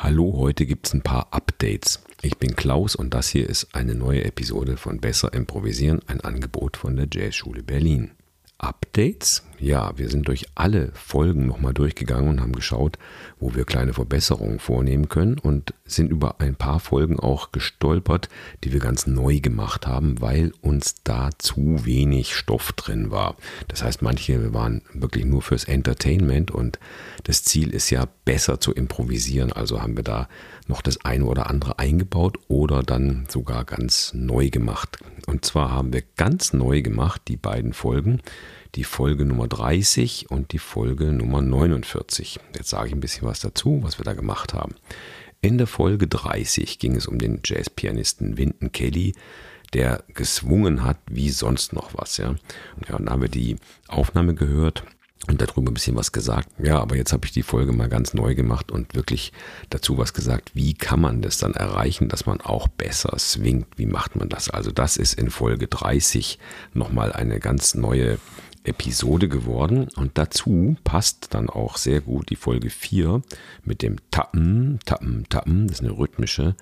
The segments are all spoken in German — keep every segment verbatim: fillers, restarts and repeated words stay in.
Hallo, heute gibt es ein paar Updates. Ich bin Klaus und das hier ist eine neue Episode von Besser Improvisieren, ein Angebot von der Jazzschule Berlin. Updates? Ja, wir sind durch alle Folgen nochmal durchgegangen und haben geschaut, wo wir kleine Verbesserungen vornehmen können und sind über ein paar Folgen auch gestolpert, die wir ganz neu gemacht haben, weil uns da zu wenig Stoff drin war. Das heißt, manche waren wirklich nur fürs Entertainment und das Ziel ist ja besser zu improvisieren, also haben wir da noch das eine oder andere eingebaut oder dann sogar ganz neu gemacht. Und zwar haben wir ganz neu gemacht die beiden Folgen, die Folge Nummer dreißig und die Folge Nummer neunundvierzig. Jetzt sage ich ein bisschen was dazu, was wir da gemacht haben. In der Folge dreißig ging es um den Jazzpianisten Wynton Kelly, der geswungen hat wie sonst noch was. Ja, und ja, dann haben wir die Aufnahme gehört und darüber ein bisschen was gesagt. Ja, aber jetzt habe ich die Folge mal ganz neu gemacht und wirklich dazu was gesagt. Wie kann man das dann erreichen, dass man auch besser swingt? Wie macht man das? Also das ist in Folge dreißig nochmal eine ganz neue Episode geworden und dazu passt dann auch sehr gut die Folge vier mit dem Tappen, Tappen, Tappen, das ist eine rhythmische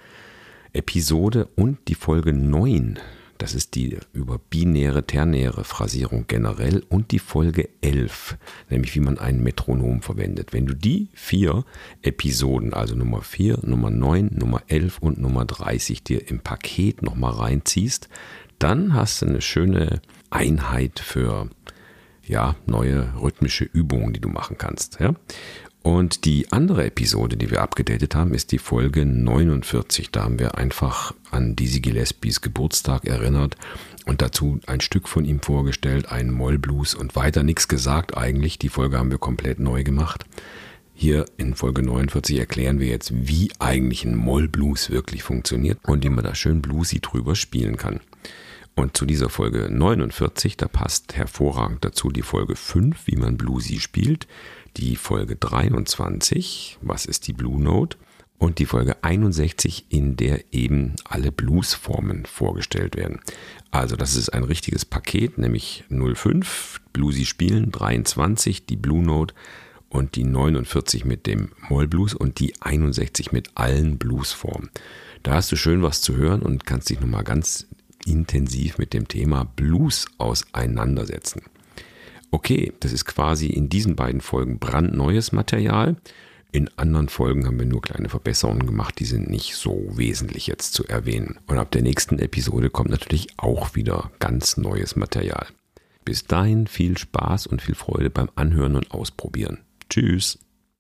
Episode und die Folge neun, das ist die über binäre, ternäre Phrasierung generell und die Folge elf, nämlich wie man ein Metronom verwendet. Wenn du die vier Episoden, also Nummer vier, Nummer neun, Nummer elf und Nummer dreißig dir im Paket nochmal reinziehst, dann hast du eine schöne Einheit für ja, neue rhythmische Übungen, die du machen kannst. Ja? Und die andere Episode, die wir abgedatet haben, ist die Folge neunundvierzig. Da haben wir einfach an Dizzy Gillespies Geburtstag erinnert und dazu ein Stück von ihm vorgestellt, einen Mollblues und weiter nichts gesagt eigentlich. Die Folge haben wir komplett neu gemacht. Hier in Folge neunundvierzig erklären wir jetzt, wie eigentlich ein Mollblues wirklich funktioniert und wie man da schön bluesy drüber spielen kann. Und zu dieser Folge neunundvierzig, da passt hervorragend dazu die Folge fünf, wie man Bluesy spielt, die Folge dreiundzwanzig, was ist die Blue Note, und die Folge einundsechzig, in der eben alle Bluesformen vorgestellt werden. Also das ist ein richtiges Paket, nämlich null fünf, Bluesy spielen, dreiundzwanzig, die Blue Note und die neunundvierzig mit dem Mollblues und die einundsechzig mit allen Bluesformen. Da hast du schön was zu hören und kannst dich nochmal ganz intensiv mit dem Thema Blues auseinandersetzen. Okay, das ist quasi in diesen beiden Folgen brandneues Material. In anderen Folgen haben wir nur kleine Verbesserungen gemacht, die sind nicht so wesentlich jetzt zu erwähnen. Und ab der nächsten Episode kommt natürlich auch wieder ganz neues Material. Bis dahin viel Spaß und viel Freude beim Anhören und Ausprobieren. Tschüss!